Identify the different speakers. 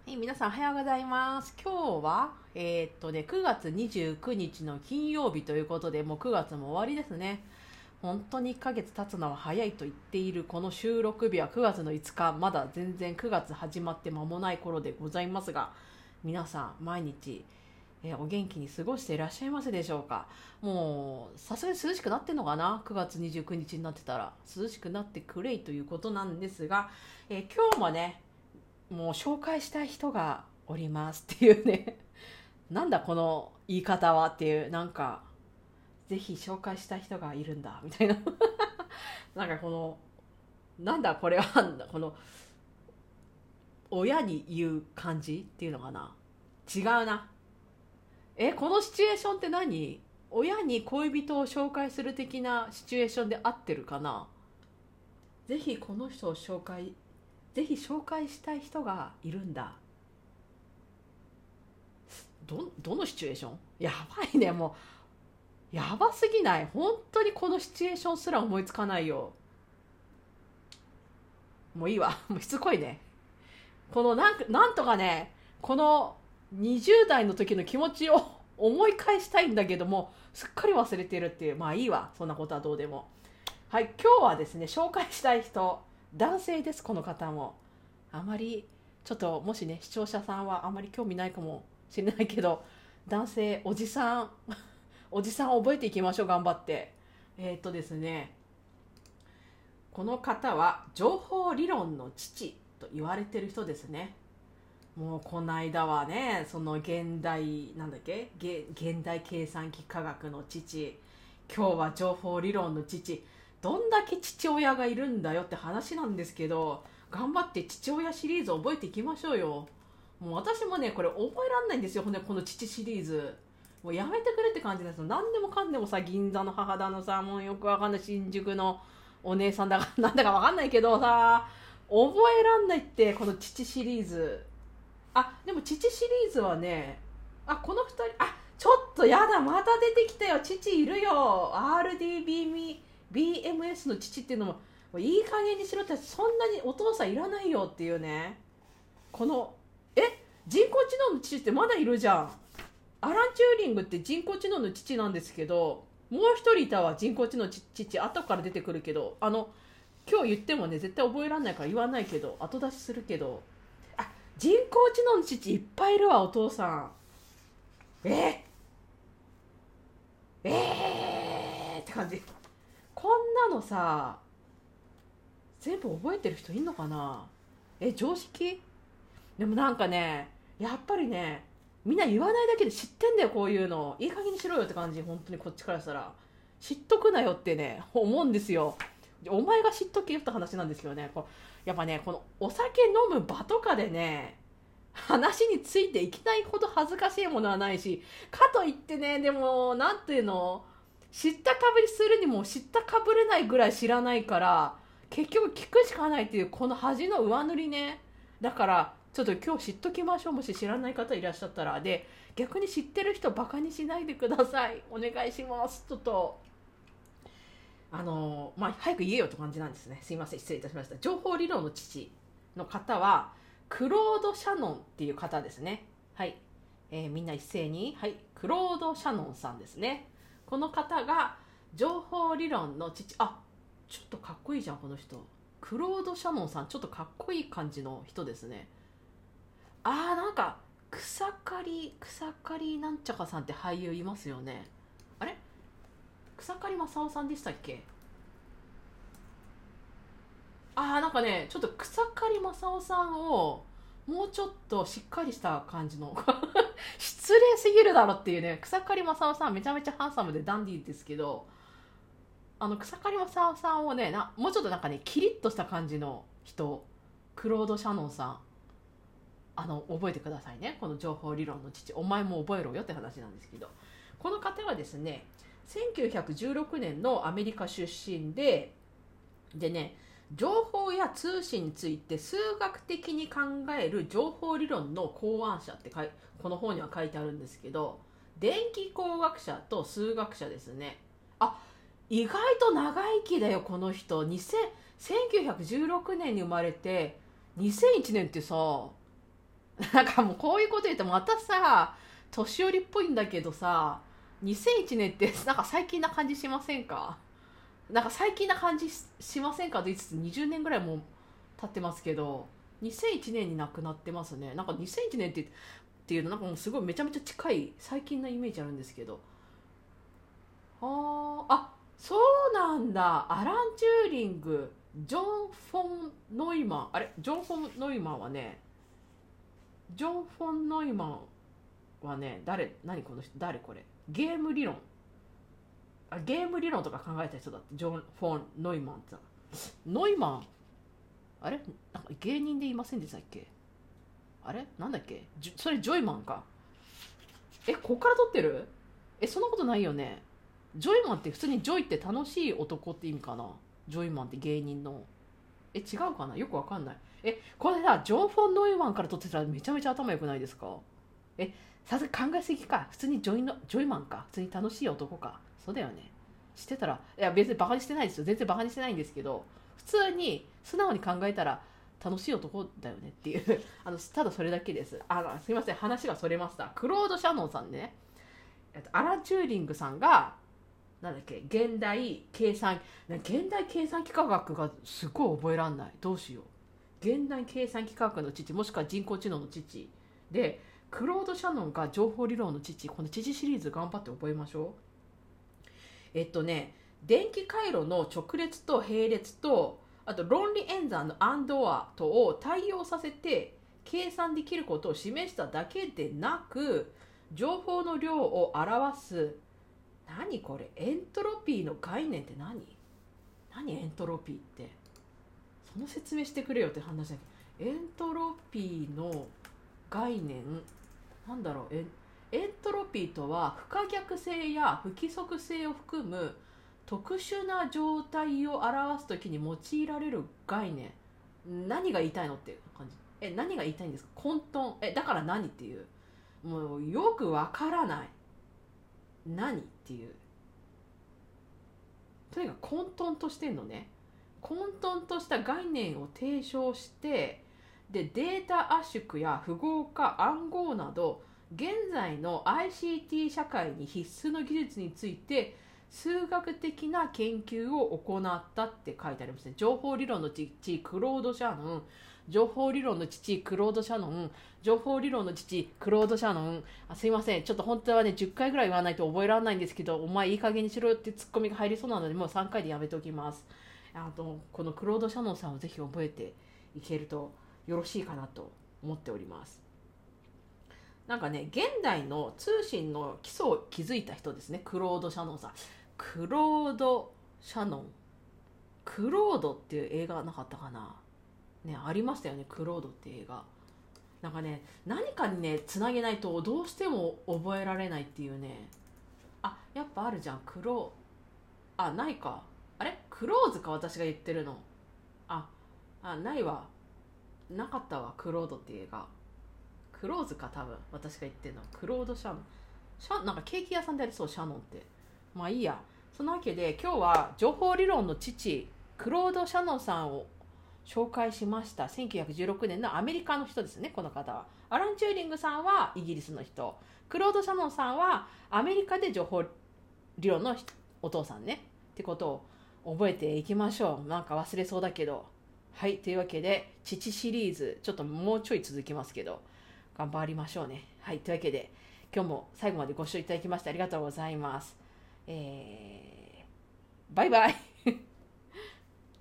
Speaker 1: はい、皆さんおはようございます。今日は、9月29日の金曜日ということで、もう9月も終わりですね。本当に1ヶ月経つのは早いと言っているこの収録日は9月の5日、まだ全然9月始まって間もない頃でございますが、皆さん毎日、お元気に過ごしていらっしゃいますでしょうか。もうさすがに涼しくなってんのかな、9月29日になってたら涼しくなってくれいということなんですが、今日もね、もう紹介したい人がおりますっていうねなんだこの言い方はっていう、なんかぜひ紹介したい人がいるんだみたいななんかこのなんだこれはこの親に言う感じっていうのかな。違うな。このシチュエーションって何？親に恋人を紹介する的なシチュエーションで合ってるかな。ぜひこの人をぜひ紹介したい人がいるんだ。どのシチュエーション？やばいね、もうやばすぎない？本当にこのシチュエーションすら思いつかないよ。もういいわもうしつこいね。このなんとかね、この20代の時の気持ちを思い返したいんだけども、すっかり忘れてるっていう。まあいいわ、そんなことはどうでも。はい、今日はですね、紹介したい人、男性です。この方もあまり、ちょっともしね視聴者さんはあまり興味ないかもしれないけど、男性、おじさんおじさん覚えていきましょう、頑張って。ですね、この方は情報理論の父と言われてる人ですね。もうこの間はね、その現代なんだっけ、現代計算機科学の父、今日は情報理論の父。どんだけ父親がいるんだよって話なんですけど、頑張って父親シリーズ覚えていきましょうよ。もう私もねこれ覚えらんないんですよ、ほんでこの父シリーズ。もうやめてくれって感じですよ。何でもかんでもさ、銀座の母だのさ、もうよくわかんない新宿のお姉さんだかなんだかわかんないけどさ、覚えらんないって、この父シリーズ。でも父シリーズはね、この2人、ちょっとやだ、また出てきたよ、父いるよ。 RDBMS の父っていうのもいい加減にしろって。そんなにお父さんいらないよっていうね。この人工知能の父ってまだいるじゃん。アラン・チューリングって人工知能の父なんですけど、もう一人いたわ、人工知能の父。後から出てくるけど、今日言ってもね絶対覚えられないから言わないけど、後出しするけど、人工知能の父いっぱいいるわ、お父さん。って感じ。こんなのさ、全部覚えてる人いんのかな。常識？でもなんかね、やっぱりね、みんな言わないだけで知ってんだよ、こういうの。いい加減にしろよって感じ。本当にこっちからしたら知っとくなよってね思うんですよ。お前が知っとけよって話なんですけどね。やっぱね、このお酒飲む場とかでね、話についていきないほど恥ずかしいものはないし、かといってね、でもなんていうの、知ったかぶりするにも知ったかぶれないぐらい知らないから、結局聞くしかないっていう、この恥の上塗りね。だからちょっと今日知っときましょう、もし知らない方いらっしゃったら。で、逆に知ってる人バカにしないでください、お願いします。ちょっと早く言えよって感じなんですね。すいません、失礼いたしました。情報理論の父の方はクロード・シャノンっていう方ですね。はい、みんな一斉に、はい、クロード・シャノンさんですね。この方が情報理論の父。ちょっとかっこいいじゃんこの人。クロード・シャノンさん、ちょっとかっこいい感じの人ですね。なんか草刈なんちゃかさんって俳優いますよね。あれ、草刈正雄さんでしたっけ。なんかね、ちょっと草刈正雄さんをもうちょっとしっかりした感じの失礼すぎるだろっていうね。草刈正雄さんめちゃめちゃハンサムでダンディーですけど、草刈正雄さんをね、もうちょっとなんかね、キリッとした感じの人、クロード・シャノンさん、覚えてくださいね、この情報理論の父。お前も覚えろよって話なんですけど、この方はですね、1916年のアメリカ出身でね、情報や通信について数学的に考える情報理論の考案者ってこの本には書いてあるんですけど、電気工学者と数学者ですね。意外と長生きだよこの人。1916年に生まれて2001年ってさ、 なんかもうこういうこと言うとまたさ、年寄りっぽいんだけどさ、2001年ってなんか最近な感じしませんか？なんか最近な感じしませんかと言いつつ20年ぐらいもう経ってますけど、2001年に亡くなってますね。なんか2001年っていうのなんかもうすごいめちゃめちゃ近い最近のイメージあるんですけど。そうなんだ。アラン・チューリング、ジョン・フォン・ノイマン。あれジョン・フォン・ノイマンはね、ジョン・フォン・ノイマンはね、何この人、誰これ。ゲーム理論。ゲーム理論とか考えた人だって、ジョン・フォン・ノイマンって。ノイマン、あれなんか芸人でいませんでしたっけ？あれなんだっけ？それジョイマンか。こっから撮ってる？そんなことないよね。ジョイマンって普通にジョイって楽しい男って意味かな。ジョイマンって芸人の。違うかな、よくわかんない。これさ、ジョン・フォン・ノイマンから撮ってたらめちゃめちゃ頭良くないですか？さすが考えすぎか。普通にジョイマンか。普通に楽しい男か。そうだよね。してたら、いや別にバカにしてないですよ。全然バカにしてないんですけど、普通に素直に考えたら楽しい男だよねっていうただそれだけです。すいません、話がそれました。クロード・シャノンさんね、アラン・チューリングさんがなんだっけ、現代計算機科学がすごい覚えらんない。どうしよう。現代計算機科学の父、もしくは人工知能の父で、クロード・シャノンが情報理論の父。この父シリーズ頑張って覚えましょう。電気回路の直列と並列と、あと論理演算のアンドアとを対応させて計算できることを示しただけでなく、情報の量を表す、何これ、エントロピーの概念って何エントロピーって。その説明してくれよって話だけど、エントロピーの概念なんだろう。エントロピーとは不可逆性や不規則性を含む特殊な状態を表すときに用いられる概念。何が言いたいのっていう感じ。何が言いたいんですか？混沌。だから何っていう。もうよくわからない。何っていう。とにかく混沌としてんのね。混沌とした概念を提唱して、でデータ圧縮や符号化、暗号など現在の ICT 社会に必須の技術について数学的な研究を行ったって書いてありますね。情報理論の父クロード・シャノン、情報理論の父クロード・シャノン、情報理論の父クロード・シャノン。すいません、ちょっと本当はね10回ぐらい言わないと覚えられないんですけど、お前いい加減にしろよってツッコミが入りそうなのでもう3回でやめておきます。このクロード・シャノンさんをぜひ覚えていけるとよろしいかなと思っております。なんかね、現代の通信の基礎を築いた人ですね、クロード・シャノンさん。クロード・シャノン。クロードっていう映画なかったかな、ね、ありましたよね、クロードっていう映画。なんかね、何かにねつなげないとどうしても覚えられないっていうね。やっぱあるじゃん、ないか。あれクローズか、私が言ってるの。ないわ。なかったわ、クロードっていう映画。クローズか、多分私が言ってるのはクロード・シャノン。なんかケーキ屋さんでありそう、シャノンって。まあいいや。そのわけで今日は情報理論の父クロード・シャノンさんを紹介しました。1916年のアメリカの人ですね、この方は。アラン・チューリングさんはイギリスの人、クロード・シャノンさんはアメリカで情報理論のお父さんねってことを覚えていきましょう。なんか忘れそうだけど。はい、というわけで父シリーズちょっともうちょい続きますけど頑張りましょうね。はい、というわけで今日も最後までご視聴いただきましてありがとうございます。バイバイ。